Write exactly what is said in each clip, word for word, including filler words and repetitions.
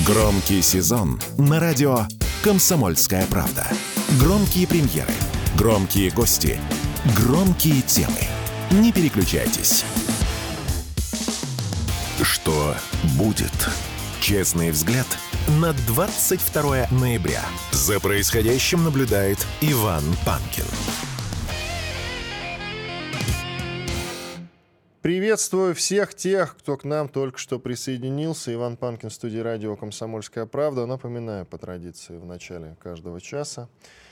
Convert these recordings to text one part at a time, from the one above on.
Громкий сезон на радио «Комсомольская правда». Громкие премьеры, громкие гости, громкие темы. Не переключайтесь. Что будет? Честный взгляд на двадцать второе ноября. За происходящим наблюдает Иван Панкин. Приветствую всех тех, кто к нам только что присоединился. Иван Панкин в студии радио «Комсомольская правда». Напоминаю по традиции в начале каждого часа,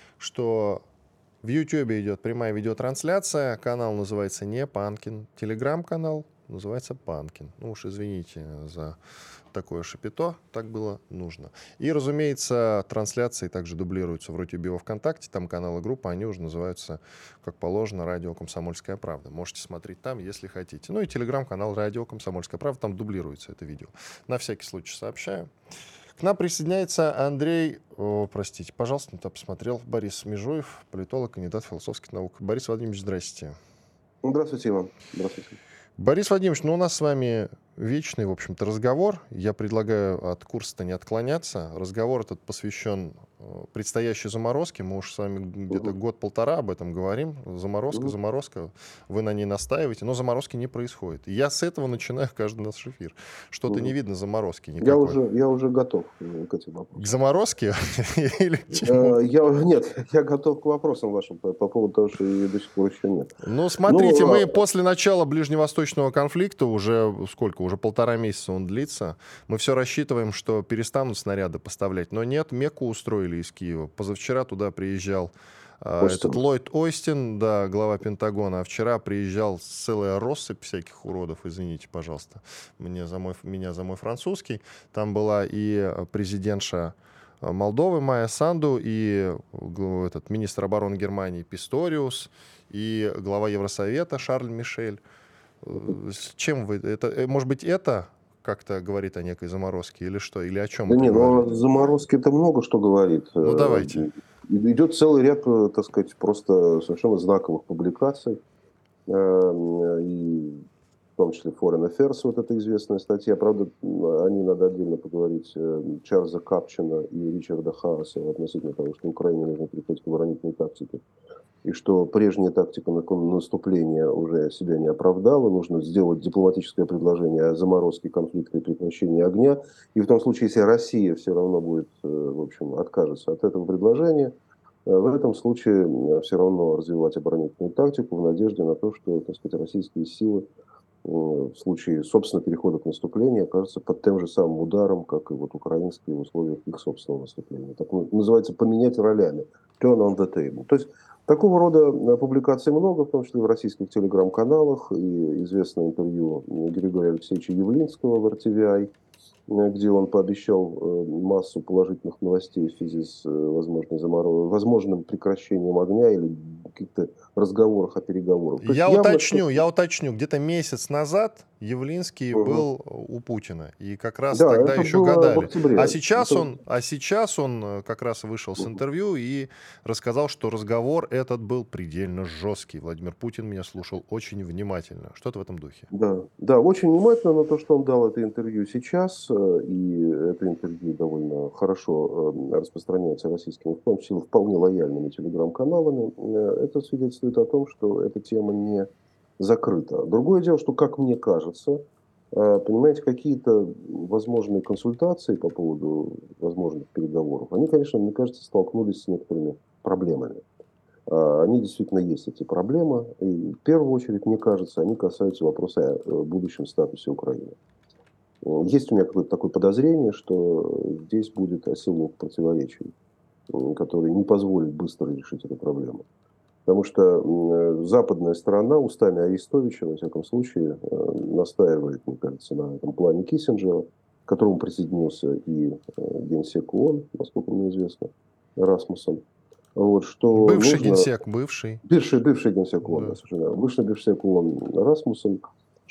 что в Ютьюбе идет прямая видеотрансляция. Канал называется не Панкин. Телеграм-канал называется Панкин. Ну уж извините за такое шапито, так было нужно. И, разумеется, трансляции также дублируются в Рутюбе во ВКонтакте. Там канал и группа, они уже называются, как положено, радио «Комсомольская правда». Можете смотреть там, если хотите. Ну и телеграм-канал радио «Комсомольская правда». Там дублируется это видео. На всякий случай сообщаю. К нам присоединяется Андрей, о, простите, пожалуйста, не так посмотрел, Борис Межуев, политолог, кандидат философских наук. Борис Владимирович, здрасте. Здравствуйте, Иван. Здравствуйте. Борис Владимирович, ну у нас с вами вечный, в общем-то, разговор. Я предлагаю от курса-то не отклоняться. Разговор этот посвящен предстоящей заморозке. Мы уж с вами где-то год-полтора об этом говорим. Заморозка, Мгм. заморозка. Вы на ней настаиваете, но заморозки не происходит. И я с этого начинаю каждый наш эфир. Что-то Мгм. не видно заморозки никакой. Я уже, я уже готов э, к этим К вопросам. заморозке? Или к чему? Э, Я, нет, я готов к вопросам вашим по, по поводу того, что и до сих пор еще нет. Ну, смотрите, Ну, мы а, после начала ближневосточного конфликта, уже сколько, уже полтора месяца он длится, мы все рассчитываем, что перестанут снаряды поставлять. Но нет, Мекку устроили из Киева. Позавчера туда приезжал а, Остин. этот Ллойд Остин, да, глава Пентагона, а вчера приезжал целая россыпь всяких уродов, извините, пожалуйста, мне за мой, меня за мой французский. Там была и президентша Молдовы Майя Санду, и г- этот министр обороны Германии Писториус, и глава Евросовета Шарль Мишель. Э, С чем вы... Это, э, может быть, это как-то говорит о некой заморозке или что? Или о чем Да это не, ну говорит? о заморозке это много что говорит. Ну, Э, давайте. и- Идет целый ряд, э, так сказать, просто совершенно знаковых публикаций. Э, И в том числе Foreign Affairs, вот эта известная статья. Правда, о ней надо отдельно поговорить. э, Чарльза Капчина и Ричарда Хаареса относительно того, что Украине нужно переходить к оборонительной тактике. И что прежняя тактика наступления уже себя не оправдала. Нужно сделать дипломатическое предложение о заморозке конфликта и прекращении огня. И в том случае, если Россия все равно будет, э, в общем, откажется от этого предложения, э, в этом случае э, все равно развивать оборонительную тактику в надежде на то, что, так сказать, российские силы э, в случае, собственно, перехода к наступлению окажутся под тем же самым ударом, как и вот украинские в условиях их собственного наступления. Так ну, называется поменять ролями. Turn on the table. То есть такого рода э, публикаций много, в том числе в российских телеграм-каналах. И известное интервью Григория Алексеевича Явлинского в эр ти ви ай, э, где он пообещал э, массу положительных новостей в связи с э, возможной заморо- возможным прекращением огня или каких-то разговорах о переговорах. То есть Я явно, уточню, что... я уточню. Где-то месяц назад Явлинский Мгм. был у Путина. И как раз Да, тогда это еще было в гадали. октябре. А сейчас Это... он, а сейчас он э, как раз вышел с Мгм. интервью и рассказал, что разговор этот был предельно жесткий. Владимир Путин меня слушал очень внимательно. Что-то в этом духе. Да, да, очень внимательно на то, что он дал это интервью сейчас, э, и это интервью довольно хорошо э, распространяется российскими, в том числе вполне лояльными телеграм-каналами. Э, Это свидетельствует о том, что эта тема не закрыта. Другое дело, что, как мне кажется, э, понимаете, какие-то возможные консультации по поводу возможных переговоров, они, конечно, мне кажется, столкнулись с некоторыми проблемами. А, Они действительно есть, эти проблемы. И в первую очередь, мне кажется, они касаются вопроса о будущем статусе Украины. Э, Есть у меня какое-то такое подозрение, что здесь будет оселок противоречий, м, который не позволит быстро решить эту проблему. Потому что м, западная сторона устами Арестовича, во всяком случае, э, настаивает, мне кажется, на этом плане Киссинджера, к которому присоединился и э, генсек ООН, насколько мне известно, Расмуссен. Вот, что Бывший нужно... генсек, бывший. Бывший, бывший генсек ООН, да, Да. совершенно верно. Бывший генсек ООН Расмуссен,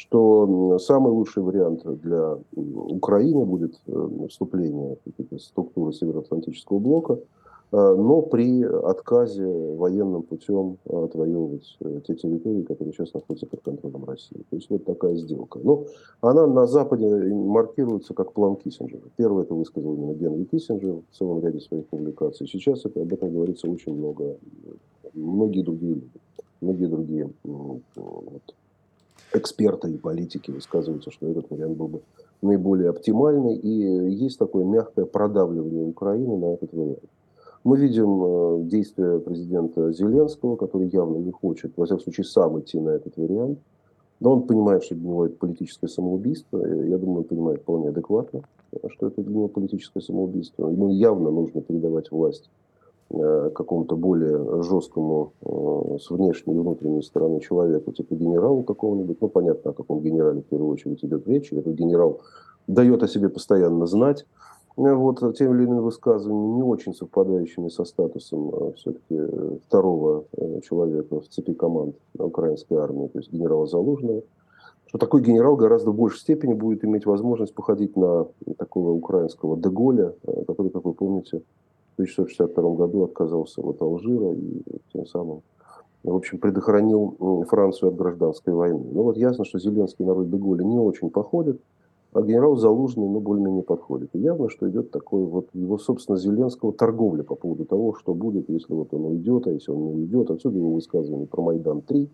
что м, самый лучший вариант для м, Украины будет э, вступление в какие-то структуры Североатлантического блока, но при отказе военным путем отвоевывать те территории, которые сейчас находятся под контролем России. То есть вот такая сделка. Но она на Западе маркируется как план Киссинджера. Первый это высказал именно Генри Киссинджер в целом ряде своих публикаций. Сейчас это, об этом говорится очень много, многие другие люди, многие другие вот, эксперты и политики высказываются, что этот вариант был бы наиболее оптимальный. И есть такое мягкое продавливание Украины на этот вариант. Мы видим действия президента Зеленского, который явно не хочет, во всяком случае, сам идти на этот вариант. Но он понимает, что для него это политическое самоубийство. Я думаю, он понимает вполне адекватно, что это для него политическое самоубийство. Ему явно нужно передавать власть какому-то более жесткому с внешней и внутренней стороны человеку, типа генералу какого-нибудь. Ну, понятно, о каком генерале в первую очередь идет речь. Этот генерал дает о себе постоянно знать. Вот, тем или иным высказываниями, не очень совпадающими со статусом все-таки второго человека в цепи команд украинской армии, то есть генерала Залужного, что такой генерал гораздо в большей степени будет иметь возможность походить на такого украинского де Голля, который, как вы помните, в тысяча девятьсот шестьдесят втором году отказался от Алжира и тем самым, в общем, предохранил Францию от гражданской войны. Ну вот ясно, что Зеленский на роль де Голля не очень походит, а генерал Залужный, ну, более-менее подходит. И явно, что идет такой вот его, собственно, Зеленского торговля по поводу того, что будет, если вот он уйдет, а если он не уйдет. Отсюда его высказывание про Майдан-три.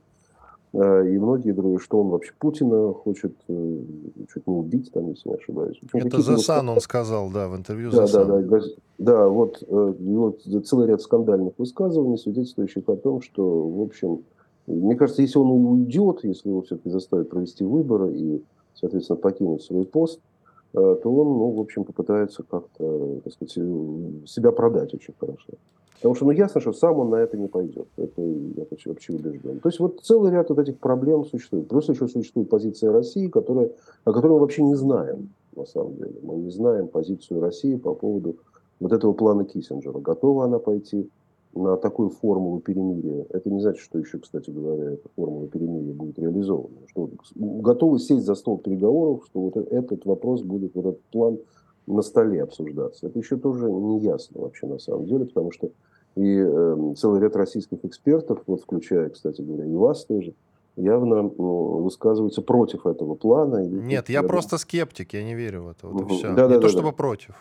И многие другие, что он вообще Путина хочет чуть не убить, там, если не ошибаюсь. Общем, это The Sun он сказал, да, в интервью да, The Sun. Да, да, да, вот, вот целый ряд скандальных высказываний, свидетельствующих о том, что, в общем, мне кажется, если он уйдет, если его все-таки заставят провести выборы и, соответственно, покинуть свой пост, то он, ну, в общем, попытается как-то, так сказать, себя продать очень хорошо. Потому что, ну, ясно, что сам он на это не пойдет. Это я вообще убежден. То есть, вот целый ряд вот этих проблем существует. Плюс еще существует позиция России, которая, о которой мы вообще не знаем, на самом деле. Мы не знаем позицию России по поводу вот этого плана Киссинджера. Готова она пойти на такую формулу перемирия? Это не значит, что еще, кстати говоря, эта формула перемирия будет реализована. Что готовы сесть за стол переговоров, что вот этот вопрос будет, вот этот план на столе обсуждаться. Это еще тоже не ясно вообще на самом деле, потому что и э, целый ряд российских экспертов, вот включая, кстати говоря, и вас тоже, явно э, высказываются против этого плана. Нет, я просто скептик, я не верю в это. Вот и все. Да, не да, то да, чтобы да. против.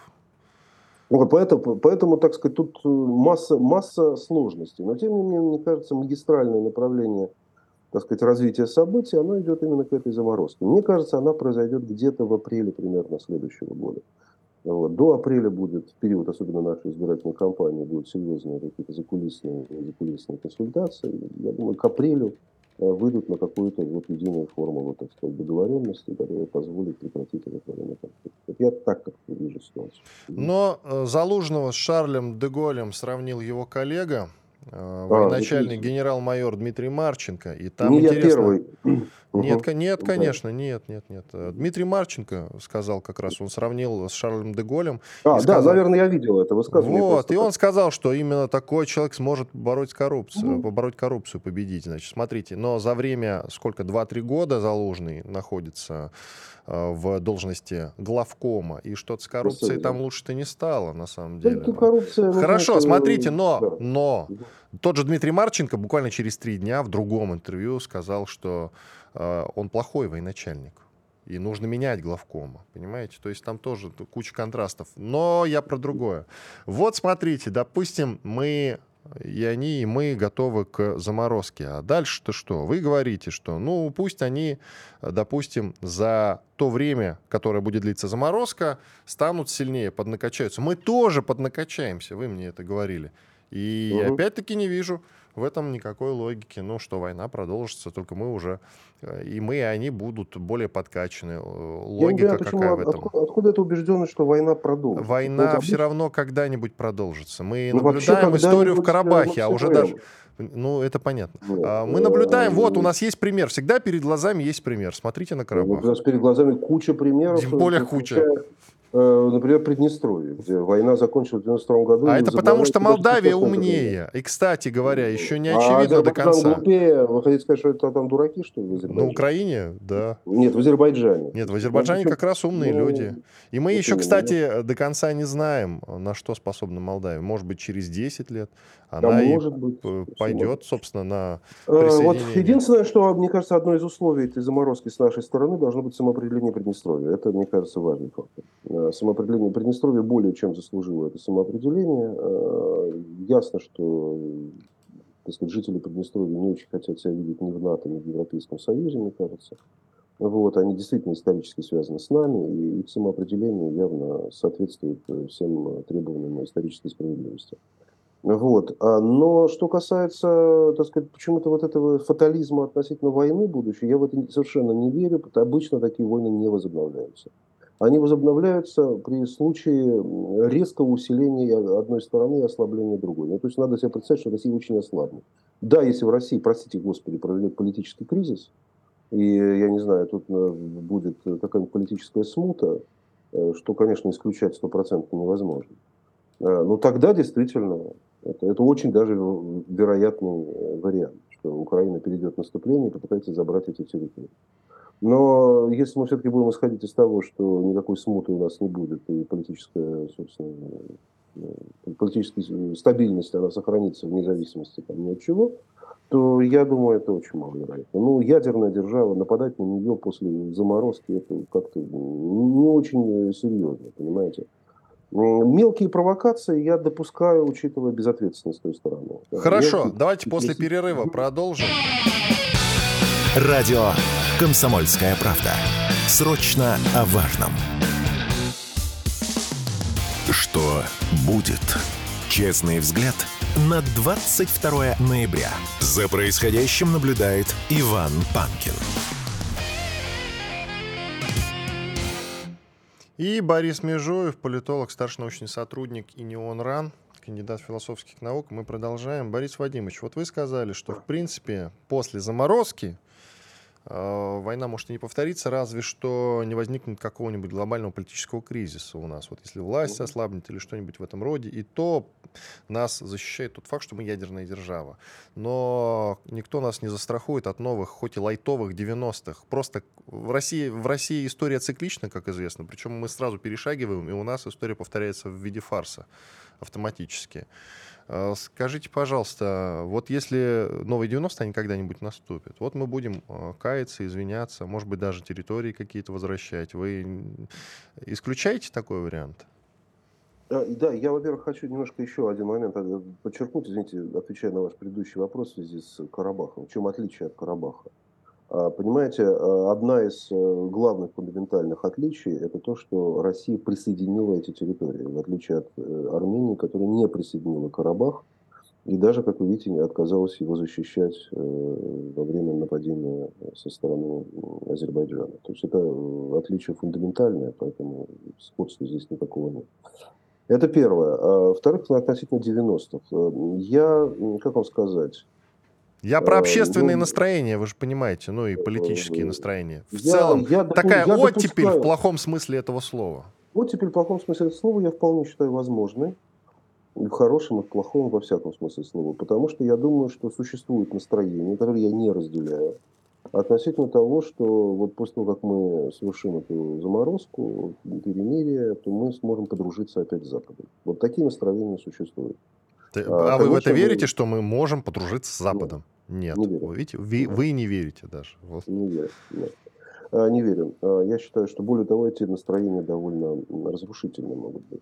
Ну, поэтому, поэтому, так сказать, тут масса, масса сложностей. Но, тем не менее, мне кажется, магистральное направление, так сказать, развития событий, оно идет именно к этой заморозке. Мне кажется, она произойдет где-то в апреле примерно следующего года. Вот. До апреля будет период, особенно нашей избирательной кампании, будут серьезные какие-то закулисные, закулисные консультации. Я думаю, к апрелю выйдут на какую-то вот единую формулу, так сказать, договоренности, которая позволит прекратить этот военный конфликт. Вот я так как вижу ситуацию. Но Залужного с Шарлем де Голлем сравнил его коллега, военачальник, а, генерал-майор Дмитрий Марченко. И там не интересно... я первый. Нет, нет, конечно, нет, нет, нет. Дмитрий Марченко сказал как раз, он сравнил с Шарлем де Голлем. А, да, сказал... наверное, я видел это высказывание. Вот, и он сказал, что именно такой человек сможет бороть коррупцию, mm-hmm. побороть коррупцию, победить. Значит, смотрите, но за время, сколько, два-три года Залужный находится э, в должности главкома, и что-то с коррупцией там лучше-то не стало, на самом деле. Это коррупция, Хорошо, это... смотрите, но, да. но тот же Дмитрий Марченко буквально через три дня в другом интервью сказал, что э, он плохой военачальник. И нужно менять главкома, понимаете? То есть там тоже куча контрастов. Но я про другое. Вот смотрите, допустим, мы, и они, и мы готовы к заморозке. А дальше-то что? Вы говорите, что, ну, пусть они, допустим, за то время, которое будет длиться заморозка, станут сильнее, поднакачаются. Мы тоже поднакачаемся, вы мне это говорили. И угу. опять-таки не вижу в этом никакой логики. Ну, что война продолжится, только мы уже, и мы, и они будут более подкачаны. Логика Я какая почему, в этом? Откуда, откуда эта убежденность, что война продолжится? Война это все равно когда-нибудь продолжится. Мы ну, наблюдаем вообще, историю в Карабахе, а уже время. даже... Ну, это понятно. Нет, мы наблюдаем, э, вот, у нас есть пример. Всегда перед глазами есть пример. Смотрите на Карабах. У нас перед глазами куча примеров. Тем более куча. Например, Приднестровье, где война закончилась в девяносто втором году. А это потому, что Молдавия умнее. И, кстати говоря, еще не очевидно а до конца. Глупее. Вы хотите сказать, что это там дураки, что ли, в Азербайджане? На Украине, да. Нет, в Азербайджане. Нет, в Азербайджане как раз умные ну, люди. И мы вот еще, именно, кстати, да. до конца не знаем, на что способна Молдавия. Может быть, через десять лет А она и может быть, пойдет, собственно, на Вот присоединение. единственное, что, мне кажется, одно из условий этой заморозки с нашей стороны должно быть самоопределение Приднестровья. Это, мне кажется, важный фактор. Самоопределение Приднестровья более чем заслужило это самоопределение. Ясно, что, так сказать, жители Приднестровья не очень хотят себя видеть ни в НАТО, ни в Европейском Союзе, мне кажется. Вот, они действительно исторически связаны с нами, и их самоопределение явно соответствует всем требованиям исторической справедливости. Вот. Но что касается, так сказать, почему-то вот этого фатализма относительно войны будущей, я в это совершенно не верю, потому что обычно такие войны не возобновляются. Они возобновляются при случае резкого усиления одной стороны и ослабления другой. Ну, то есть надо себе представить, что Россия очень ослабнет. Да, если в России, простите господи, произойдет политический кризис, и, я не знаю, тут будет какая-нибудь политическая смута, что, конечно, исключать стопроцентно невозможно. Но тогда действительно это, это очень даже вероятный вариант, что Украина перейдет в наступление и попытается забрать эти территории. Но если мы все-таки будем исходить из того, что никакой смуты у нас не будет, и политическая, собственно, политическая стабильность она сохранится вне зависимости там, ни от чего, то я думаю, это очень маловероятно. Ну, ядерная держава, нападать на нее после заморозки, это как-то не очень серьезно, понимаете. Мелкие провокации я допускаю, учитывая безответственность той стороны. Хорошо, Мелкие... давайте после перерыва продолжим. Радио «Комсомольская правда». Срочно о важном. Что будет? Честный взгляд на двадцать второе ноября. За происходящим наблюдает Иван Панкин. И Борис Межуев, политолог, старший научный сотрудник ИНИОН РАН, кандидат философских наук. Мы продолжаем. Борис Вадимович, вот вы сказали, что, в принципе, после заморозки э, война может и не повториться, разве что не возникнет какого-нибудь глобального политического кризиса у нас. Вот если власть ослабнет или что-нибудь в этом роде, и то нас защищает тот факт, что мы ядерная держава. Но никто нас не застрахует от новых, хоть и лайтовых девяностых. Просто в России, в России история циклична, как известно, причем мы сразу перешагиваем, и у нас история повторяется в виде фарса автоматически. Скажите, пожалуйста, вот если новые девяностые, они когда-нибудь наступят, вот мы будем каяться, извиняться, может быть, даже территории какие-то возвращать. Вы исключаете такой вариант? Да, я, во-первых, хочу немножко еще один момент подчеркнуть, извините, отвечая на ваш предыдущий вопрос в связи с Карабахом. В чем отличие от Карабаха? Понимаете, одна из главных фундаментальных отличий – это то, что Россия присоединила эти территории, в отличие от Армении, которая не присоединила Карабах, и даже, как вы видите, отказалась его защищать во время нападения со стороны Азербайджана. То есть это отличие фундаментальное, поэтому сходства здесь никакого нет. Это первое. Во-вторых, относительно девяностых. Я, как вам сказать... Я про общественные ну, настроения, вы же понимаете, ну и политические настроения. В я, целом, я, такая я оттепель допускаю, в плохом смысле этого слова. Оттепель в плохом смысле этого слова я вполне считаю возможной. И в хорошем, и в плохом, во всяком смысле слова. Потому что я думаю, что существует настроение, которое я не разделяю, относительно того, что вот после того, как мы совершим эту заморозку, перемирие, то мы сможем подружиться опять с Западом. Вот такие настроения существуют. Ты, а, а вы в это верите, мы... что мы можем подружиться с Западом? Нет. Нет. Не вы, видите, вы, вы не верите даже. Вот. Не верю. Нет. А, не верю. А, я считаю, что более того, эти настроения довольно разрушительные могут быть.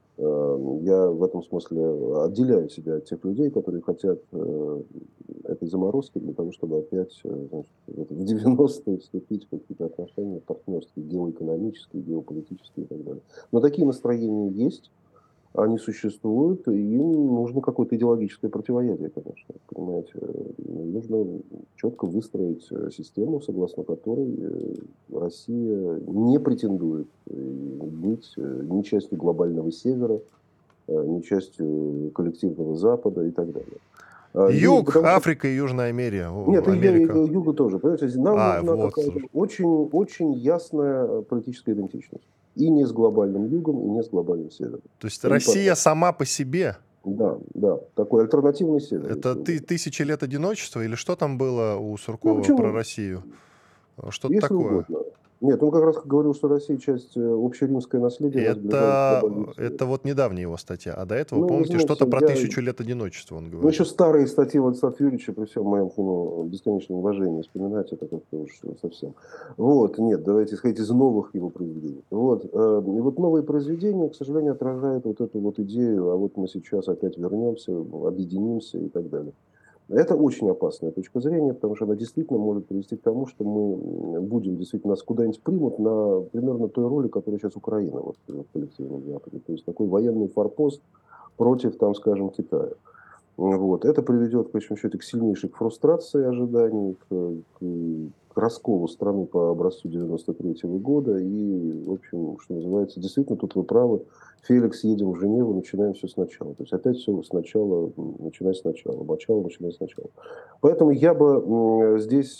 А, я в этом смысле отделяю себя от тех людей, которые хотят а, этой заморозки для того, чтобы опять значит, в девяностые вступить в какие-то отношения партнерские, геоэкономические, геополитические и так далее. Но такие настроения есть. Они существуют, и им нужно какое-то идеологическое противоядие, конечно. Понимаете, нужно четко выстроить систему, согласно которой Россия не претендует быть ни частью глобального севера, ни частью коллективного Запада и так далее. Юг, потому, Африка и Южная Америка. Нет, Америка. Юга тоже. Понимаете, нам а, нужна вот. какая-то очень, очень ясная политическая идентичность. И не с глобальным югом, и не с глобальным севером. То есть Россия сама по себе? Да, да, такой альтернативный север. Это ты, тысячи лет одиночества или что там было у Суркова ну, про Россию? Что-то если такое. Угодно. Нет, он как раз говорил, что Россия часть общеримское наследие. Это, это вот недавняя его статья. А до этого, ну, помните, что-то про я... тысячу лет одиночества он говорил. Ну, еще старые статьи Владислава Юрьевича, при всем моем ну, бесконечном уважении, вспоминать это как-то уж совсем. Вот, нет, давайте исходить из новых его произведений. Вот, э, и вот новые произведения, к сожалению, отражают вот эту вот идею, а вот мы сейчас опять вернемся, объединимся и так далее. Это очень опасная точка зрения, потому что она действительно может привести к тому, что мы будем, действительно, нас куда-нибудь примут на примерно той роли, которая сейчас Украина вот, в коллективном Западе. То есть такой военный форпост против, там, скажем, Китая. Вот. Это приведет, в конечном счете, к сильнейшей фрустрации ожиданий, к, к, к расколу страны по образцу девяносто третьего года. И, в общем, что называется, действительно, тут вы правы. Феликс, едем в Женеву, начинаем все сначала. То есть опять все сначала, начинать сначала. Начало, начинать сначала. Поэтому я бы здесь,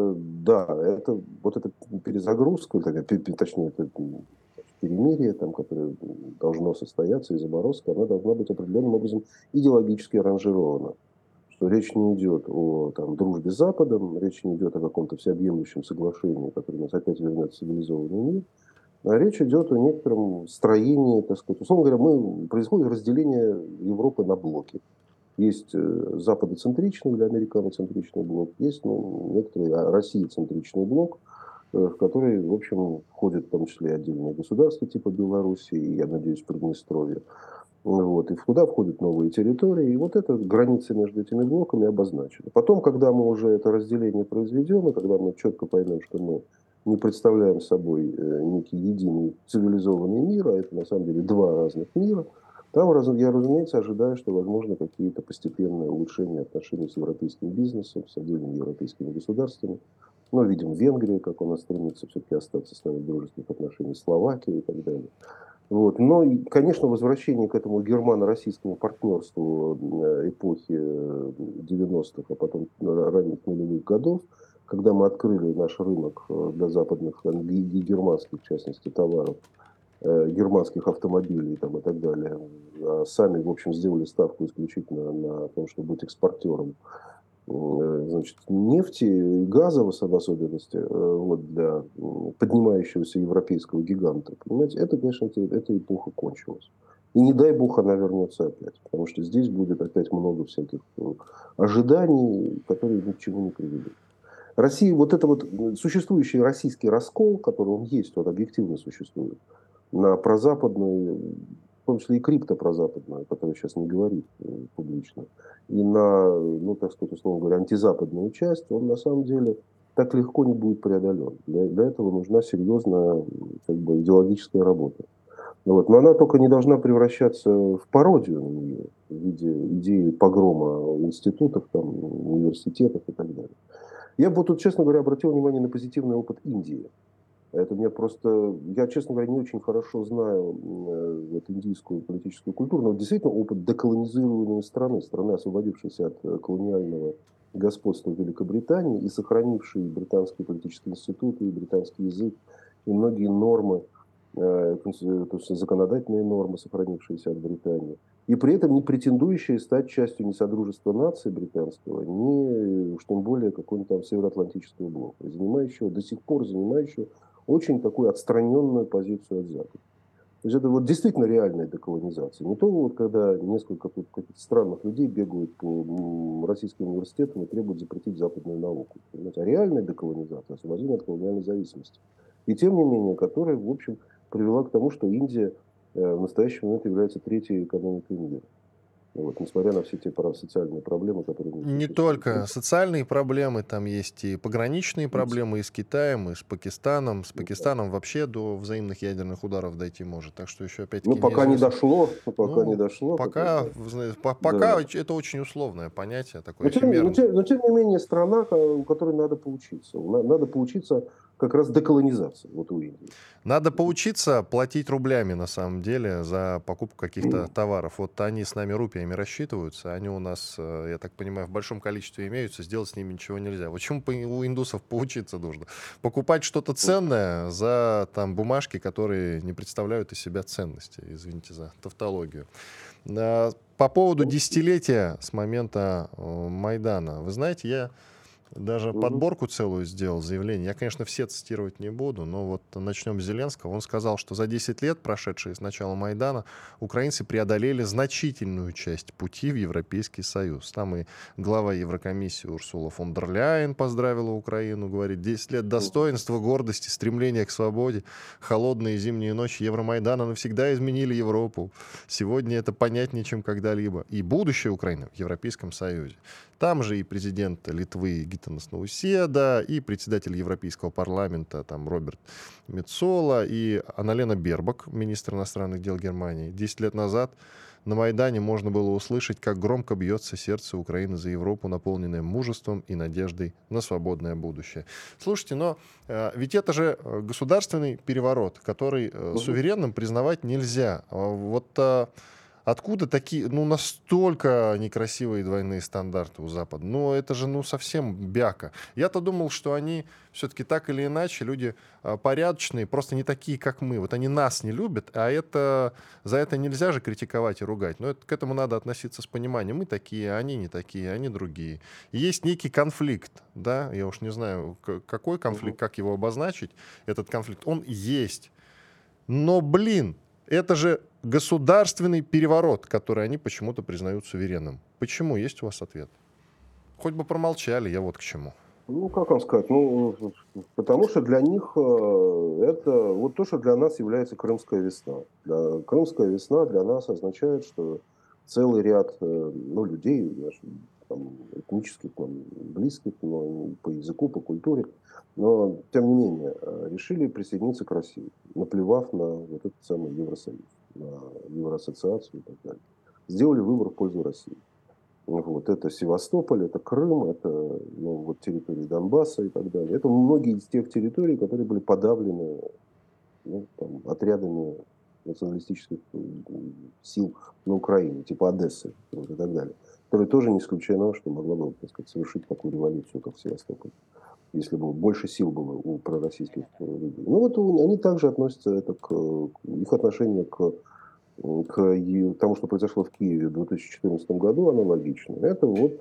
да, это, вот эта перезагрузка, точнее, это перемирие, там, которое должно состояться, и заморозка, она должна быть определенным образом идеологически аранжирована. Что речь не идет о там, дружбе с Западом, речь не идет о каком-то всеобъемлющем соглашении, которое нас опять вернет в цивилизованный мир, а речь идет о некотором строении, так сказать. Условно говоря, мы, происходит разделение Европы на блоки. Есть э, западоцентричный или американоцентричный блок, есть ну, некоторый россиецентричный блок, в который, в общем, входят в том числе и отдельные государства типа Беларуси и, я надеюсь, Приднестровье. Вот. И туда входят новые территории. И вот эта граница между этими блоками обозначена. Потом, когда мы уже это разделение произведем, и когда мы четко поймем, что мы не представляем собой некий единый цивилизованный мир, а это на самом деле два разных мира, там я, разумеется, ожидаю, что возможно какие-то постепенные улучшения отношений с европейским бизнесом, с отдельными европейскими государствами. Ну, видим Венгрию, как у нас стремится все-таки остаться с нами в дружественных отношениях, Словакия и так далее. Вот. Но, и, конечно, возвращение к этому германо-российскому партнерству эпохи девяностых, а потом ранних нулевых годов, когда мы открыли наш рынок для западных и германских, в частности, товаров, германских автомобилей там, и так далее, а сами, в общем, сделали ставку исключительно на том, чтобы быть экспортером, значит, нефти и газа в особенности вот, для поднимающегося европейского гиганта. Понимаете, это, конечно, эта эпоха кончилась. И не дай бог она вернется опять. Потому что здесь будет опять много всяких ожиданий, которые ни к чему не приведут. Россия, вот это вот существующий российский раскол, который он есть, он объективно существует, на прозападную, в том числе и криптопрозападную, которая сейчас не говорит публично, и на, ну, так сказать, условно говоря, антизападную часть, он на самом деле так легко не будет преодолен. Для, для этого нужна серьезная как бы, идеологическая работа. Вот. Но она только не должна превращаться в пародию на нее в виде идеи погрома институтов, там, университетов и так далее. Я бы тут, честно говоря, обратил внимание на позитивный опыт Индии. Это мне просто... Я, честно говоря, не очень хорошо знаю э, вот, индийскую политическую культуру, но действительно опыт деколонизированной страны, страны, освободившейся от колониального господства Великобритании и сохранившей британские политические институты, и британский язык, и многие нормы, э, то есть законодательные нормы, сохранившиеся от Британии. И при этом не претендующие стать частью ни Содружества наций британского, ни уж тем более какого-нибудь там североатлантического блока, занимающего, до сих пор занимающего очень такую отстраненную позицию от Запада. То есть это вот действительно реальная деколонизация. Не то, вот, когда несколько тут каких-то странных людей бегают по российским университетам и требуют запретить западную науку. Понимаете? А реальная деколонизация, освобождение от колониальной зависимости. И тем не менее, которая, в общем, привела к тому, что Индия в настоящий момент является третьей экономикой мира. Вот, несмотря на все те социальные проблемы, которые... Не только социальные проблемы, там есть и пограничные проблемы и с Китаем, и с Пакистаном. С Пакистаном вообще до взаимных ядерных ударов дойти может. Так что еще опять-таки... Ну, пока не дошло. Пока ну, не дошло. Пока, пока, пока да. Это очень условное понятие, такое но тем, но, тем, но тем не менее страна, у которой надо поучиться. Надо поучиться, как раз деколонизация вот у Индии. Надо поучиться платить рублями, на самом деле, за покупку каких-то товаров. Вот они с нами рупиями рассчитываются, они у нас, я так понимаю, в большом количестве имеются, сделать с ними ничего нельзя. Вот чему у индусов поучиться нужно? Покупать что-то ценное за там, бумажки, которые не представляют из себя ценности. Извините за тавтологию. По поводу десятилетия с момента Майдана. Вы знаете, я... Даже угу. подборку целую сделал, заявление. Я, конечно, все цитировать не буду, но вот начнем с Зеленского. Он сказал, что за десять лет, прошедшие с начала Майдана, украинцы преодолели значительную часть пути в Европейский Союз. Там и глава Еврокомиссии Урсула фон дер Ляйен поздравила Украину, говорит, десять лет достоинства, гордости, стремления к свободе, холодные зимние ночи Евромайдана навсегда изменили Европу. Сегодня это понятнее, чем когда-либо. И будущее Украины в Европейском Союзе. Там же и президент Литвы Гитанас Науседа, и председатель Европейского парламента там, Роберт Мецола, и Анналена Бербок, министр иностранных дел Германии. Десять лет назад на Майдане можно было услышать, как громко бьется сердце Украины за Европу, наполненное мужеством и надеждой на свободное будущее. Слушайте, но э, ведь это же государственный переворот, который э, суверенным признавать нельзя. Вот... Э, Откуда такие, ну, настолько некрасивые двойные стандарты у Запада? Ну, это же, ну, совсем бяка. Я-то думал, что они все-таки так или иначе люди а, порядочные, просто не такие, как мы. Вот они нас не любят, а это, за это нельзя же критиковать и ругать. Но это, к этому надо относиться с пониманием. Мы такие, они не такие, они другие. И есть некий конфликт, да, я уж не знаю, какой конфликт, как его обозначить, этот конфликт. Он есть. Но, блин, это же государственный переворот, который они почему-то признают суверенным. Почему? Есть у вас ответ? Хоть бы промолчали, я вот к чему. Ну, как вам сказать? Ну, потому что для них это вот то, что для нас является Крымская весна. Для, Крымская весна для нас означает, что целый ряд ну, людей, там, этнических, там, близких, но по языку, по культуре, но, тем не менее, решили присоединиться к России, наплевав на вот этот самый Евросоюз, на Евроассоциацию и так далее. Сделали выбор в пользу России. Вот, это Севастополь, это Крым, это ну, вот, территории Донбасса и так далее. Это многие из тех территорий, которые были подавлены ну, там, отрядами националистических сил на Украине, типа Одессы вот, и так далее. Которые тоже не исключено, что могла бы, так сказать, совершить такую революцию, как в Севастополе, если бы больше сил было у пророссийских людей. Ну вот они также относятся это к их отношение к, к тому, что произошло в Киеве в две тысячи четырнадцатом году, аналогично. Это вот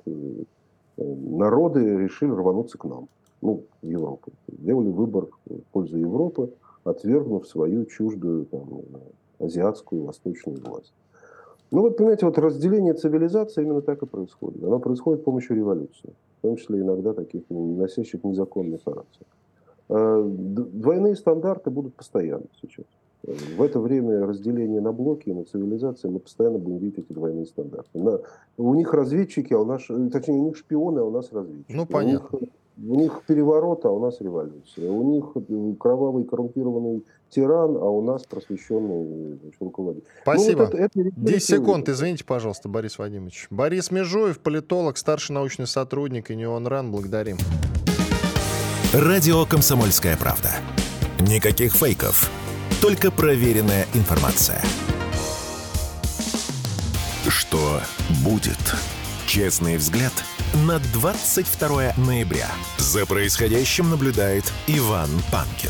народы решили рвануться к нам, ну, в Европу. Сделали выбор в пользу Европы, отвергнув свою чуждую там, азиатскую восточную власть. Ну вот, понимаете, вот разделение цивилизации именно так и происходит. Оно происходит с помощью революции, в том числе иногда таких носящих незаконный характер. Двойные стандарты будут постоянно сейчас. В это время разделения на блоки и на цивилизации мы постоянно будем видеть эти двойные стандарты. На, у них разведчики, а у нас, точнее, у них шпионы, а у нас разведчики. Ну, понятно. У них, у них переворот, а у нас революция. У них кровавый коррумпированный тиран, а у нас просвещенный руководитель. Спасибо. Ну, вот это, это десять секунд, извините, пожалуйста, Борис Вадимович. Борис Межуев, политолог, старший научный сотрудник Union Ран. Благодарим. Радио «Комсомольская правда». Никаких фейков, только проверенная информация. Что будет? Честный взгляд на двадцать второе ноября. За происходящим наблюдает Иван Панкин.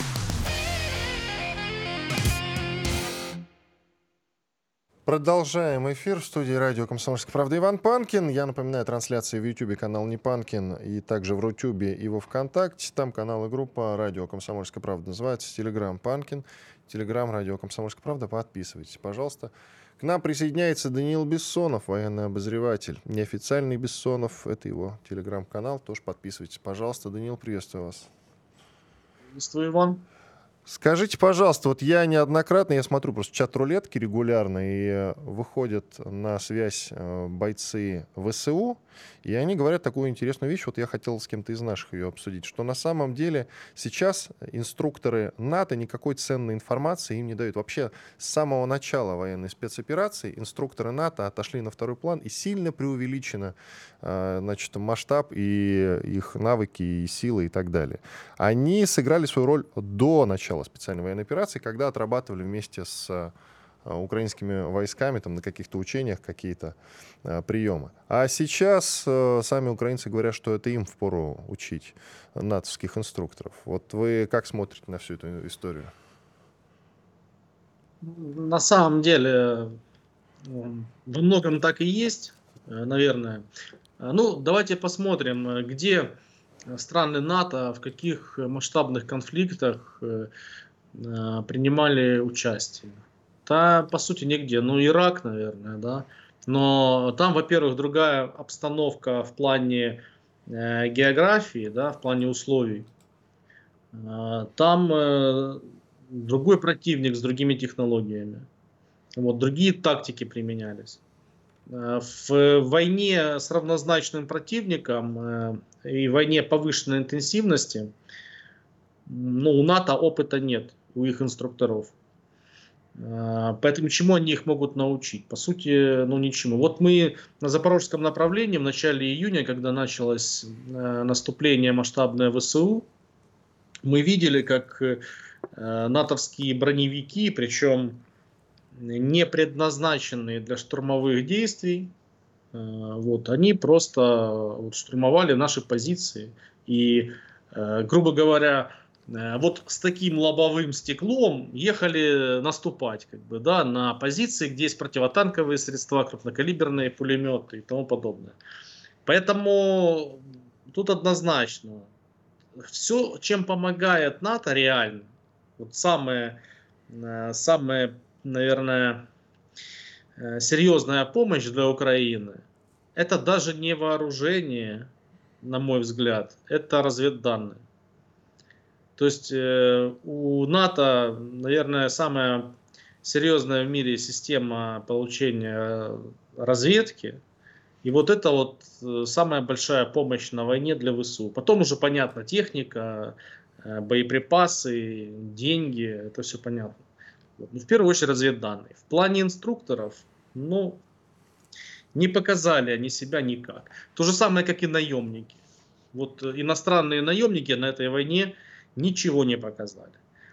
Продолжаем эфир в студии радио «Комсомольская правда». Иван Панкин. Я напоминаю, трансляции в Ютьюбе, канал Не Панкин, и также в Рутюбе и во Вконтакте. Там канал и группа радио «Комсомольская правда» называется «Телеграм Панкин». Телеграм радио «Комсомольская правда». Подписывайтесь, пожалуйста. К нам присоединяется Даниил Бессонов, военный обозреватель. Неофициальный Бессонов — это его телеграм-канал. Тоже подписывайтесь, пожалуйста. Даниил, приветствую вас. Приветствую, Иван. Скажите, пожалуйста, вот я неоднократно, я смотрю просто чат рулетки регулярно, и выходят на связь бойцы ВСУ, и они говорят такую интересную вещь, вот я хотел с кем-то из наших ее обсудить, что на самом деле сейчас инструкторы НАТО никакой ценной информации им не дают. Вообще с самого начала военной спецоперации инструкторы НАТО отошли на второй план, и сильно преувеличено, значит, масштаб и их навыки, и силы, и так далее. Они сыграли свою роль до начала специальной военной операции, когда отрабатывали вместе с украинскими войсками там, на каких-то учениях какие-то а, приемы. А сейчас а, сами украинцы говорят, что это им впору учить натовских инструкторов. Вот вы как смотрите на всю эту историю? На самом деле, во многом так и есть, наверное. Ну, давайте посмотрим, где страны НАТО в каких масштабных конфликтах принимали участие. Да, по сути, нигде. Ну, Ирак, наверное, да. Но там, во-первых, другая обстановка в плане э, географии, да, в плане условий. Э, там э, другой противник с другими технологиями. Вот, другие тактики применялись. Э, в войне с равнозначным противником э, и войне повышенной интенсивности, ну, у НАТО опыта нет, у их инструкторов. Поэтому чему они их могут научить? По сути, ну ничему. Вот мы на запорожском направлении в начале июня, когда началось наступление масштабное ВСУ, мы видели, как натовские броневики, причем не предназначенные для штурмовых действий, вот, они просто вот, штурмовали наши позиции. И, грубо говоря, вот с таким лобовым стеклом ехали наступать, как бы, да, на позиции, где есть противотанковые средства, крупнокалиберные пулеметы и тому подобное. Поэтому тут однозначно все, чем помогает НАТО реально, вот самое, самое, наверное, серьезная помощь для Украины, это даже не вооружение, на мой взгляд, это разведданные. То есть э, у НАТО, наверное, самая серьезная в мире система получения разведки. И вот это вот самая большая помощь на войне для ВСУ. Потом уже понятно, техника, э, боеприпасы, деньги, это все понятно. Вот. Но в первую очередь разведданные. В плане инструкторов, ну, не показали они себя никак. То же самое, как и наемники. Вот иностранные наемники на этой войне ничего не показали.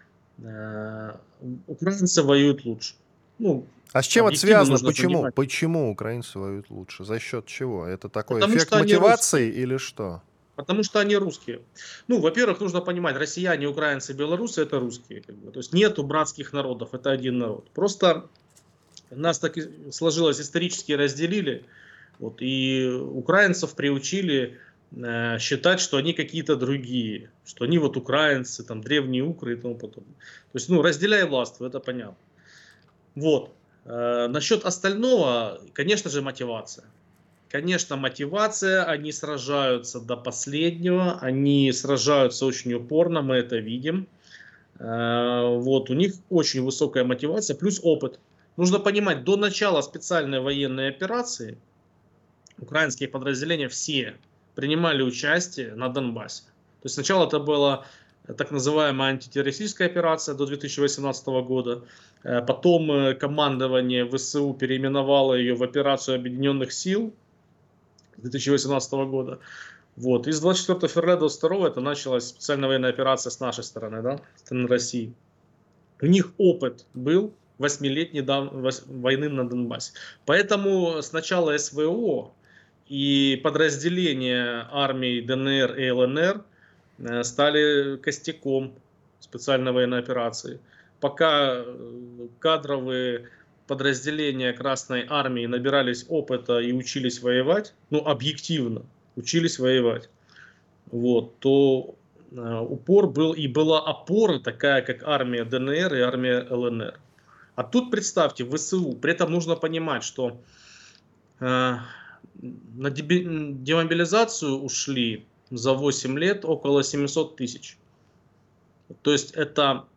Украинцы воюют лучше. Ну, а с чем это связано? Почему? Почему украинцы воюют лучше? За счет чего? Это такой Потому эффект мотивации или что? Потому что они русские. Ну, во-первых, нужно понимать, россияне, украинцы, белорусы — это русские. Как бы. То есть нету братских народов, это один народ. Просто нас так сложилось, исторически разделили. Вот, и украинцев приучили считать, что они какие-то другие, что они вот украинцы, там древние укры и тому подобное. То есть, ну, разделяй властвуй, это понятно. Вот. Э, насчет остального, конечно же, мотивация. Конечно, мотивация, они сражаются до последнего, они сражаются очень упорно, мы это видим. Э, вот, у них очень высокая мотивация, плюс опыт. Нужно понимать, до начала специальной военной операции украинские подразделения все принимали участие на Донбассе. То есть сначала это была так называемая антитеррористическая операция до две тысячи восемнадцатого года. Потом командование ВСУ переименовало ее в операцию объединенных сил две тысячи восемнадцатого года. Вот. И с двадцать четвёртого февраля двадцать второго это началась специальная военная операция с нашей стороны, да, с стороны России. У них опыт был восьмилетней войны на Донбассе. Поэтому сначала СВО и подразделения армий ДНР и ЛНР стали костяком специальной военной операции. Пока кадровые подразделения Красной Армии набирались опыта и учились воевать, ну объективно учились воевать, вот, то упор был и была опора такая, как армия ДНР и армия ЛНР. А тут представьте, ВСУ, при этом нужно понимать, что э, на демобилизацию ушли за восемь лет около семисот тысяч. То есть это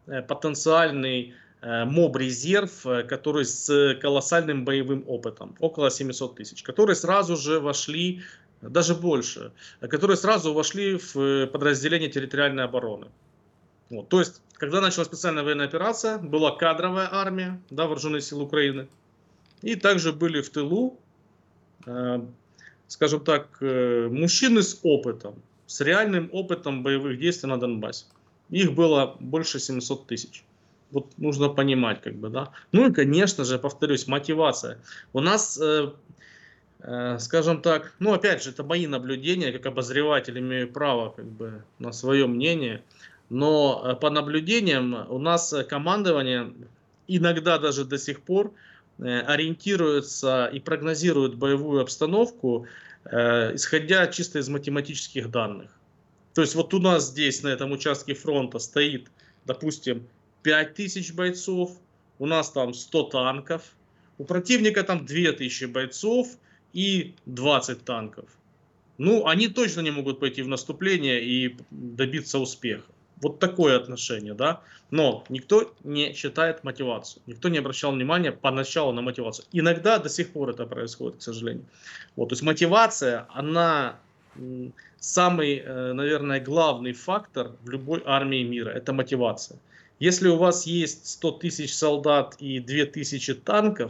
потенциальный моб-резерв, который с колоссальным боевым опытом, около семисот тысяч, которые сразу же вошли, даже больше, которые сразу вошли в подразделение территориальной обороны. Вот. То есть, когда началась специальная военная операция, была кадровая армия, да, вооруженные силы Украины, и также были в тылу, э, скажем так, э, мужчины с опытом, с реальным опытом боевых действий на Донбассе. Их было больше семисот тысяч. Вот нужно понимать, как бы, да. Ну и, конечно же, повторюсь, мотивация. У нас, э, э, скажем так, ну опять же, это мои наблюдения, как обозреватель имею право, как бы, на свое мнение. Но по наблюдениям у нас командование иногда даже до сих пор ориентируется и прогнозирует боевую обстановку, исходя чисто из математических данных. То есть вот у нас здесь на этом участке фронта стоит, допустим, пять тысяч бойцов, у нас там сто танков, у противника там две тысячи бойцов и двадцать танков. Ну, они точно не могут пойти в наступление и добиться успеха. Вот такое отношение, да. Но никто не считает мотивацию. Никто не обращал внимания поначалу на мотивацию. Иногда до сих пор это происходит, к сожалению. Вот, то есть мотивация, она самый, наверное, главный фактор в любой армии мира. Это мотивация. Если у вас есть сто тысяч солдат и две тысячи танков,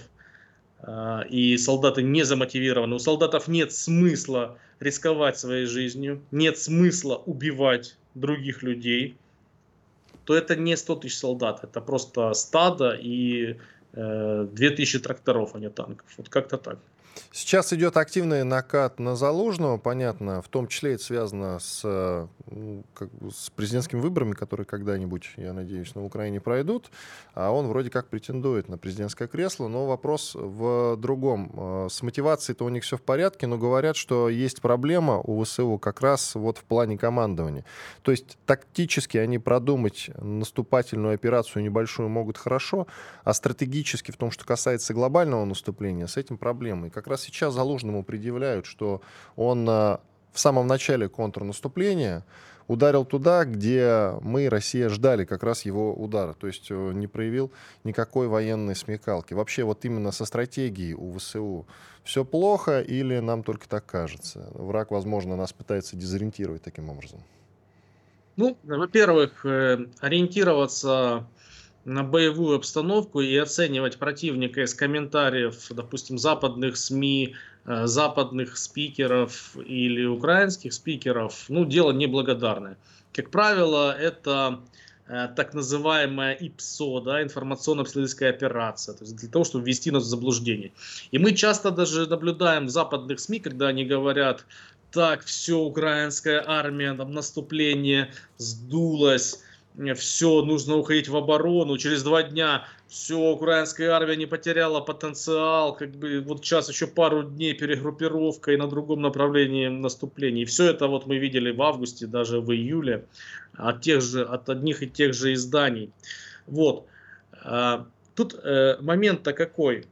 и солдаты не замотивированы, у солдатов нет смысла рисковать своей жизнью, нет смысла убивать других людей, то это не сто тысяч солдат, это просто стадо и э, две тысячи тракторов, а не танков. Вот как-то так. Сейчас идет активный накат на Залужного, понятно, в том числе это связано с, как бы, с президентскими выборами, которые когда-нибудь, я надеюсь, на Украине пройдут, а он вроде как претендует на президентское кресло, но вопрос в другом. С мотивацией-то у них все в порядке, но говорят, что есть проблема у ВСУ как раз вот в плане командования. То есть тактически они продумать наступательную операцию небольшую могут хорошо, а стратегически в том, что касается глобального наступления, с этим проблемы. Как раз сейчас Залужному предъявляют, что он в самом начале контрнаступления ударил туда, где мы, Россия, ждали как раз его удара. То есть не проявил никакой военной смекалки. Вообще вот именно со стратегией у ВСУ все плохо или нам только так кажется? Враг, возможно, нас пытается дезориентировать таким образом. Ну, во-первых, ориентироваться на боевую обстановку и оценивать противника из комментариев, допустим, западных СМИ, западных спикеров или украинских спикеров, ну, дело неблагодарное. Как правило, это э, так называемая ИПСО, да, информационно-обследовательская операция, то есть для того, чтобы ввести нас в заблуждение. И мы часто даже наблюдаем в западных СМИ, когда они говорят: так, все, украинская армия, там, наступление сдулось, все, нужно уходить в оборону, через два дня все, украинская армия не потеряла потенциал, как бы вот сейчас еще пару дней перегруппировка и на другом направлении наступления. И все это вот мы видели в августе, даже в июле, от, тех же, от одних и тех же изданий. Вот. Тут момент-то какой?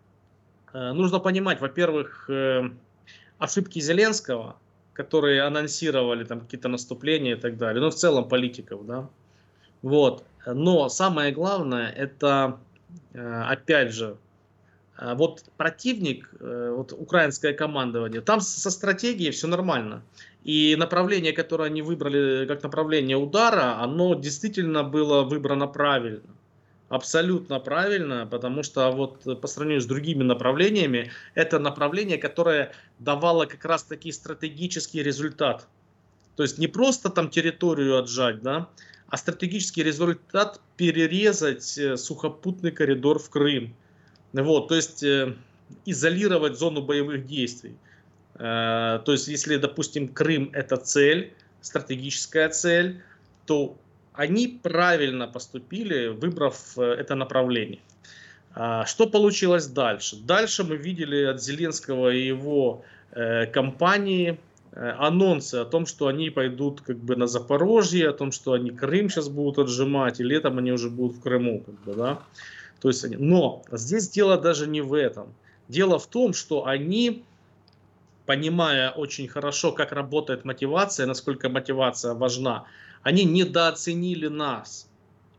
Нужно понимать, во-первых, ошибки Зеленского, которые анонсировали там какие-то наступления и так далее, ну в целом политиков, да. Вот. Но самое главное, это, опять же, вот противник, вот украинское командование, там со стратегией все нормально. И направление, которое они выбрали как направление удара, оно действительно было выбрано правильно. Абсолютно правильно, потому что вот по сравнению с другими направлениями, это направление, которое давало как раз таки стратегический результат. То есть не просто там территорию отжать, да, а стратегический результат перерезать сухопутный коридор в Крым. Вот, то есть э, изолировать зону боевых действий. Э, то есть если, допустим, Крым это цель, стратегическая цель, то они правильно поступили, выбрав это направление. А что получилось дальше? Дальше мы видели от Зеленского и его э, компании анонсы о том, что они пойдут как бы на Запорожье, о том, что они Крым сейчас будут отжимать, и летом они уже будут в Крыму. Как бы, да? То есть они... Но здесь дело даже не в этом. Дело в том, что они, понимая очень хорошо, как работает мотивация, насколько мотивация важна, они недооценили нас.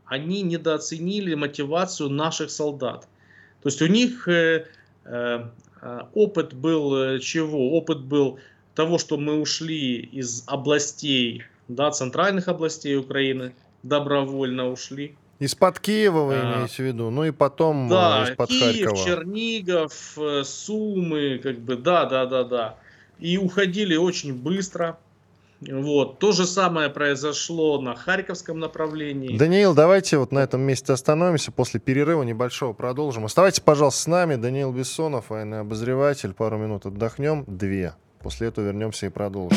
они недооценили мотивацию наших солдат. То есть у них э, э, опыт был чего? Опыт был того, что мы ушли из областей, да, центральных областей Украины, добровольно ушли. Из-под Киева вы А, имеете в виду, ну и потом э, да, из-под Киев, Харькова. Чернигов, э, Сумы, как бы, да, да, да, да. И уходили очень быстро. Вот. То же самое произошло на Харьковском направлении. Даниил, давайте вот на этом месте остановимся. После перерыва небольшого продолжим. Оставайтесь, пожалуйста, с нами. Даниил Бессонов, военный обозреватель. Пару минут отдохнем. Две. После этого вернемся и продолжим.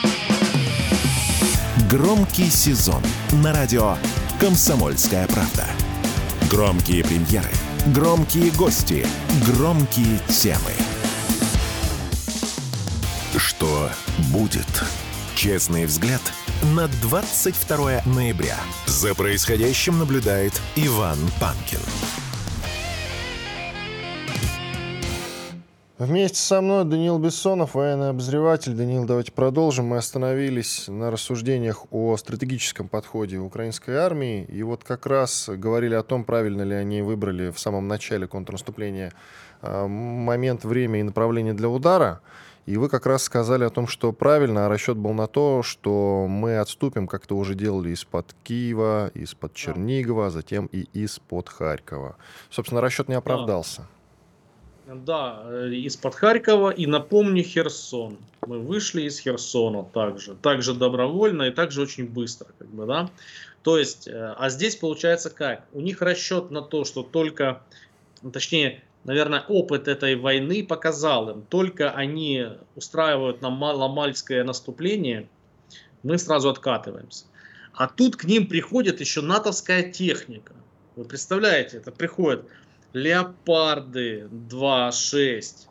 Громкий сезон на радио «Комсомольская правда». Громкие премьеры, громкие гости, громкие темы. Что будет? Честный взгляд на двадцать второе ноября. За происходящим наблюдает Иван Панкин. Вместе со мной Даниил Бессонов, военный обозреватель. Даниил, давайте продолжим. Мы остановились на рассуждениях о стратегическом подходе украинской армии. И вот как раз говорили о том, правильно ли они выбрали в самом начале контрнаступления момент, время и направление для удара. И вы как раз сказали о том, что правильно, а расчет был на то, что мы отступим, как это уже делали из-под Киева, из-под Чернигова, затем и из-под Харькова. Собственно, расчет не оправдался. Да, из-под Харькова, и напомню, Херсон. Мы вышли из Херсона также, также добровольно и также очень быстро, как бы, да. То есть, а здесь получается как? У них расчет на то, что только, точнее, наверное, опыт этой войны показал им, только они устраивают нам маломальское наступление, мы сразу откатываемся. А тут к ним приходит еще натовская техника. Вы представляете, это приходит Леопарды два шесть,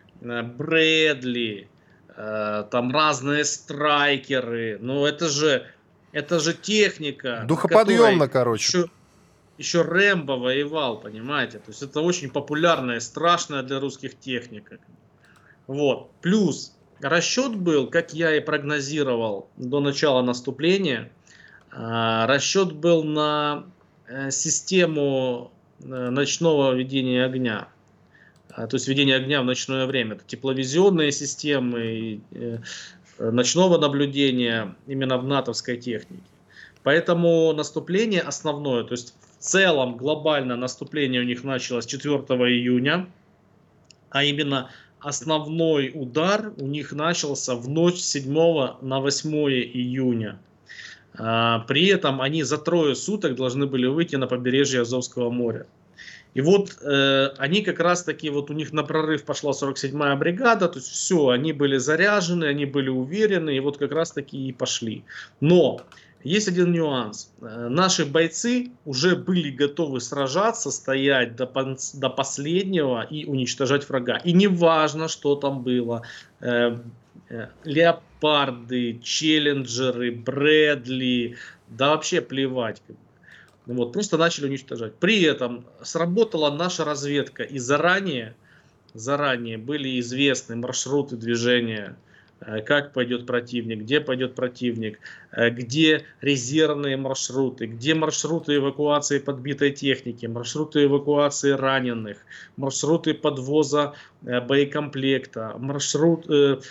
Брэдли, э, там разные страйкеры. Ну это же, это же техника. Духоподъемно, короче. Еще, еще Рэмбо воевал, понимаете. То есть это очень популярная, страшная для русских техника. Вот. Плюс расчет был, как я и прогнозировал до начала наступления, э, расчет был на э, систему ночного ведения огня, то есть ведение огня в ночное время. Это тепловизионные системы, ночного наблюдения именно в натовской технике. Поэтому наступление основное, то есть в целом глобально наступление у них началось четвёртого июня, а именно основной удар у них начался в ночь с седьмого на восьмое июня. При этом они за трое суток должны были выйти на побережье Азовского моря. И вот э, они как раз таки, вот у них на прорыв пошла сорок седьмая бригада, то есть все, они были заряжены, они были уверены, и вот как раз таки и пошли. Но есть один нюанс. Наши бойцы уже были готовы сражаться, стоять до, до последнего и уничтожать врага. И не важно, что там было. Э, э, Леопарды, Челленджеры, Брэдли, да вообще плевать. Вот, просто начали уничтожать. При этом сработала наша разведка, и заранее, заранее были известны маршруты движения, как пойдет противник, где пойдет противник, где резервные маршруты, где маршруты эвакуации подбитой техники, маршруты эвакуации раненых, маршруты подвоза боекомплекта, маршрут,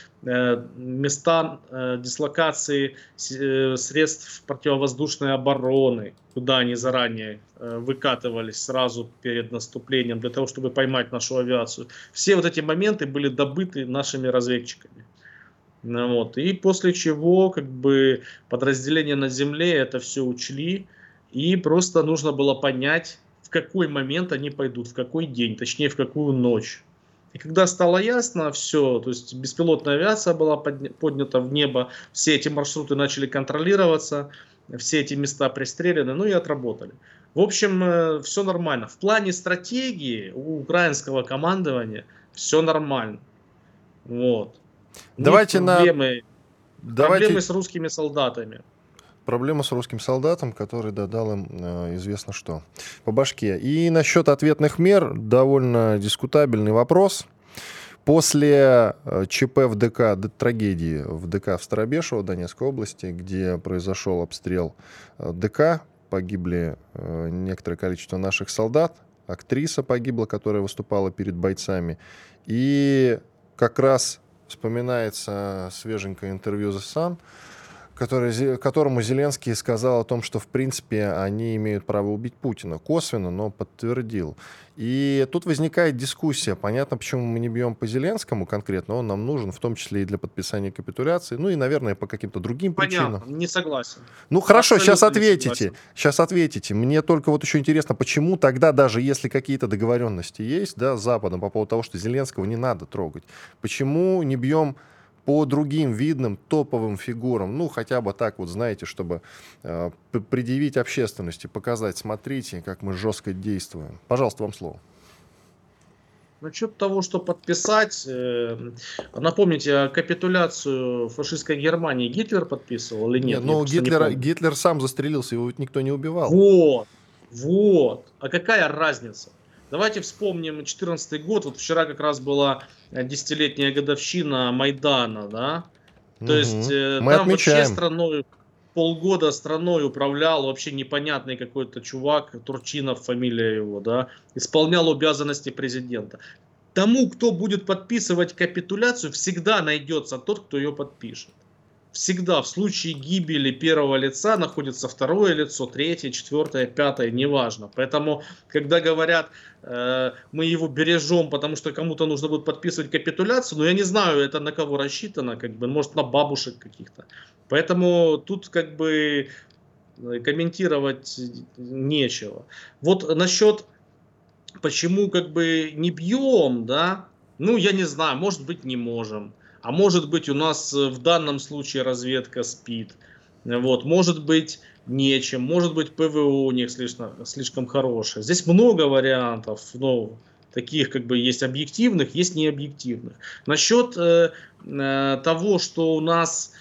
места дислокации средств противовоздушной обороны, куда они заранее выкатывались сразу перед наступлением для того, чтобы поймать нашу авиацию. Все вот эти моменты были добыты нашими разведчиками. Вот. И после чего как бы подразделения на земле это все учли, и просто нужно было понять, в какой момент они пойдут, в какой день, точнее в какую ночь. И когда стало ясно все, то есть беспилотная авиация была поднята в небо, все эти маршруты начали контролироваться, все эти места пристреляны, ну и отработали. В общем, все нормально. В плане стратегии у украинского командования все нормально. Вот. Давайте проблемы, на... проблемы Давайте... с русскими солдатами. Проблема с русским солдатом, который додал им э, известно что по башке. И насчет ответных мер довольно дискутабельный вопрос. После э, ЧП в ДК, трагедии в ДК в Старобешево, Донецкой области, где произошел обстрел э, ДК погибли э, некоторое количество наших солдат. Актриса погибла, которая выступала перед бойцами. И как раз вспоминается свеженькое интервью The Sun, который, которому Зеленский сказал о том, что в принципе они имеют право убить Путина. Косвенно, но подтвердил. И тут возникает дискуссия. Понятно, почему мы не бьем по Зеленскому конкретно. Он нам нужен, в том числе и для подписания капитуляции. Ну и, наверное, по каким-то другим Понятно, причинам. не согласен. Ну хорошо, Абсолютно сейчас ответите. не Сейчас ответите. Мне только вот еще интересно, почему тогда, даже если какие-то договоренности есть, да, с Западом по поводу того, что Зеленского не надо трогать, почему не бьем по другим видным топовым фигурам, ну, хотя бы так вот, знаете, чтобы э, предъявить общественности, показать, смотрите, как мы жестко действуем. Пожалуйста, вам слово. Насчет того, что подписать, э, напомните, капитуляцию фашистской Германии Гитлер подписывал или нет? Нет, ну, Гитлер, не Гитлер сам застрелился, его ведь никто не убивал. Вот, вот. А какая разница? Давайте вспомним две тысячи четырнадцатый год. Вот вчера как раз была десятилетняя годовщина Майдана, да? То угу. есть э, Мы там отмечаем. Вообще страной, полгода страной управлял вообще непонятный какой-то чувак, Турчинов фамилия его, да? Исполнял обязанности президента. Тому, кто будет подписывать капитуляцию, всегда найдется тот, кто ее подпишет. Всегда в случае гибели первого лица находится второе лицо, третье, четвертое, пятое, неважно. Поэтому, когда говорят, э, мы его бережем, потому что кому-то нужно будет подписывать капитуляцию, ну я не знаю, это на кого рассчитано, как бы, может на бабушек каких-то. Поэтому тут как бы комментировать нечего. Вот насчет, почему как бы не бьем, да, ну я не знаю, может быть не можем. А может быть, у нас в данном случае разведка спит. Вот. Может быть, нечем. Может быть, ПВО у них слишком, слишком хорошее. Здесь много вариантов. Ну, таких как бы есть объективных, есть необъективных. Насчет э, э, того, что у нас...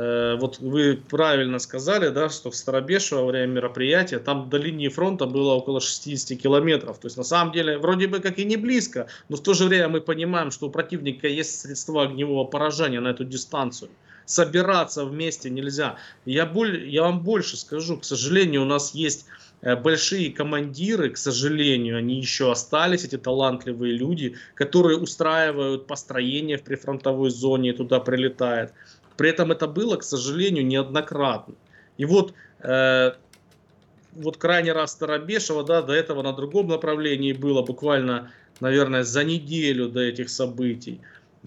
Вот вы правильно сказали, да, что в Старобешево во время мероприятия там до линии фронта было около шестидесяти километров. То есть на самом деле вроде бы как и не близко, но в то же время мы понимаем, что у противника есть средства огневого поражения на эту дистанцию. Собираться вместе нельзя. Я, боль, я вам больше скажу, к сожалению, у нас есть большие командиры, к сожалению, они еще остались, эти талантливые люди, которые устраивают построение в прифронтовой зоне и туда прилетает. При этом это было, к сожалению, неоднократно. И вот, э, вот крайний раз Старобешево, да, до этого на другом направлении было буквально, наверное, за неделю до этих событий.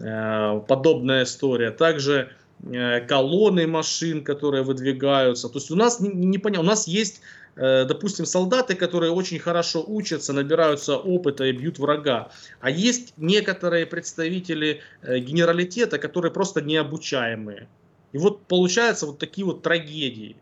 Э, подобная история. Также э, колонны машин, которые выдвигаются. То есть у нас не, не понятно, у нас есть, э, допустим, солдаты, которые очень хорошо учатся, набираются опыта и бьют врага. А есть некоторые представители э, генералитета, которые просто необучаемые. И вот получаются вот такие вот трагедии.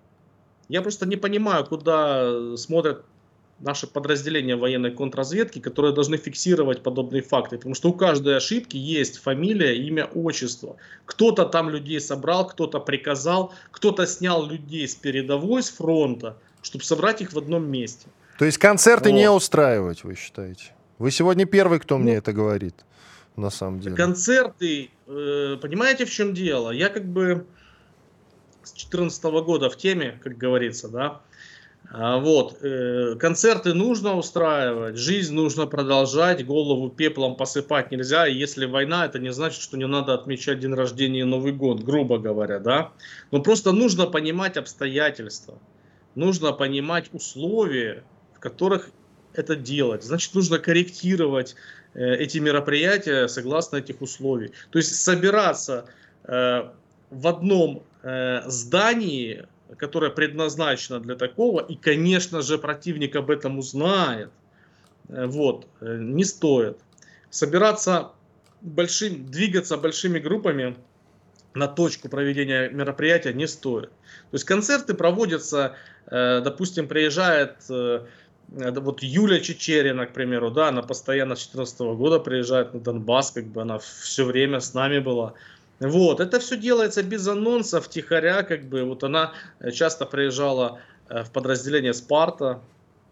Я просто не понимаю, куда смотрят наши подразделения военной контрразведки, которые должны фиксировать подобные факты. Потому что у каждой ошибки есть фамилия, имя, отчество. Кто-то там людей собрал, кто-то приказал, кто-то снял людей с передовой, с фронта, чтобы собрать их в одном месте. То есть концерты вот. Не устраивать, вы считаете? Вы сегодня первый, кто ну, мне это говорит, на самом деле. Концерты, э, понимаете, в чем дело? Я как бы с две тысячи четырнадцатого года в теме, как говорится, да. А, вот, э, концерты нужно устраивать, жизнь нужно продолжать, голову пеплом посыпать нельзя. И если война, это не значит, что не надо отмечать день рождения и Новый год, грубо говоря, да. Но просто нужно понимать обстоятельства. Нужно понимать условия, в которых это делать. Значит, нужно корректировать э, эти мероприятия согласно этих условий. То есть собираться э, в одном э, здании, которое предназначено для такого, и, конечно же, противник об этом узнает, э, вот, э, не стоит. Собираться большим, двигаться большими группами на точку проведения мероприятия не стоит. То есть концерты проводятся, э, допустим, приезжает э, вот Юля Чечерина, к примеру, да, она постоянно с две тысячи четырнадцатого года приезжает на Донбасс, как бы она все время с нами была. Вот, это все делается без анонсов, втихаря, как бы, вот она часто приезжала э, в подразделение Спарта,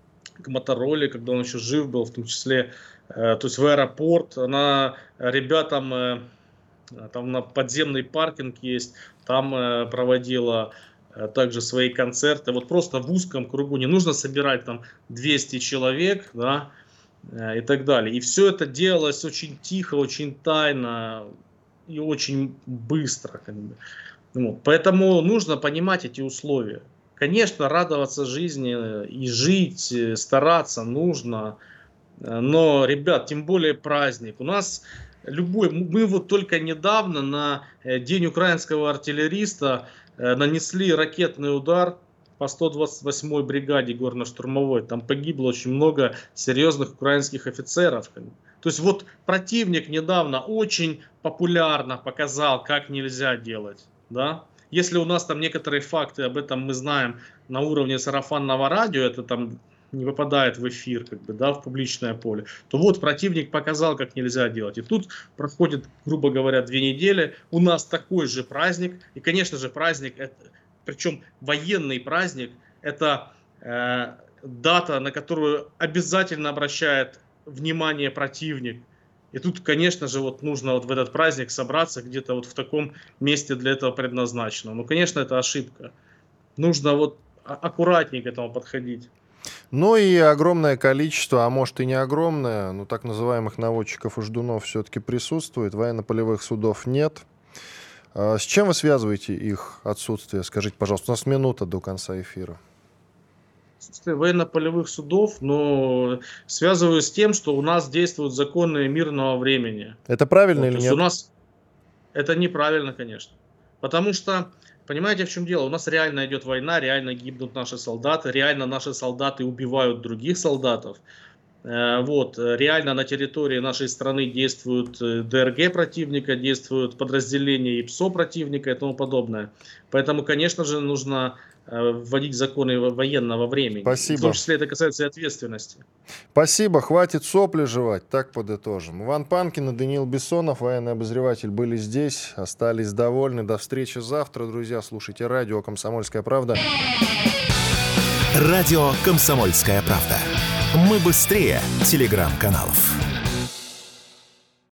к Мотороле, когда он еще жив был, в том числе, э, то есть в аэропорт, она ребятам... Э, Там на подземный паркинг есть, там э, проводила а также свои концерты. Вот просто в узком кругу, не нужно собирать там двести человек, да, и так далее. И все это делалось очень тихо, очень тайно и очень быстро. Как бы. Вот. Поэтому нужно понимать эти условия. Конечно, радоваться жизни и жить, стараться нужно. Но, ребят, тем более праздник. У нас любой... Мы вот только недавно на День украинского артиллериста нанесли ракетный удар по сто двадцать восьмой бригаде горно-штурмовой. Там погибло очень много серьезных украинских офицеров. То есть вот противник недавно очень популярно показал, как нельзя делать. Да? Если у нас там некоторые факты, об этом мы знаем на уровне сарафанного радио, это там не попадает в эфир, как бы, да, в публичное поле, то вот противник показал, как нельзя делать. И тут проходит, грубо говоря, две недели, у нас такой же праздник, и, конечно же, праздник, это, причем военный праздник, это э, дата, на которую обязательно обращает внимание противник. И тут, конечно же, вот нужно вот в этот праздник собраться где-то вот в таком месте для этого предназначено. Ну, конечно, это ошибка. Нужно вот аккуратнее к этому подходить. Ну и огромное количество, а может и не огромное, ну так называемых наводчиков и ждунов все-таки присутствует, военно-полевых судов нет. С чем вы связываете их отсутствие? Скажите, пожалуйста, у нас минута до конца эфира. Военно-полевых судов, но связываю с тем, что у нас действуют законы мирного времени. Это правильно вот, или нет? У нас это неправильно, конечно. Потому что, понимаете, в чем дело? У нас реально идет война, реально гибнут наши солдаты, реально наши солдаты убивают других солдатов. Вот, реально на территории нашей страны действуют ДРГ противника, действуют подразделения ИПСО противника и тому подобное. Поэтому, конечно же, нужно вводить законы военного времени. Спасибо. В том числе это касается и ответственности. Спасибо. Хватит сопли жевать. Так подытожим. Иван Панкин и Даниил Бессонов, военный обозреватель, были здесь. Остались довольны. До встречи завтра, друзья. Слушайте радио «Комсомольская правда». Радио «Комсомольская правда». Мы быстрее телеграм-каналов.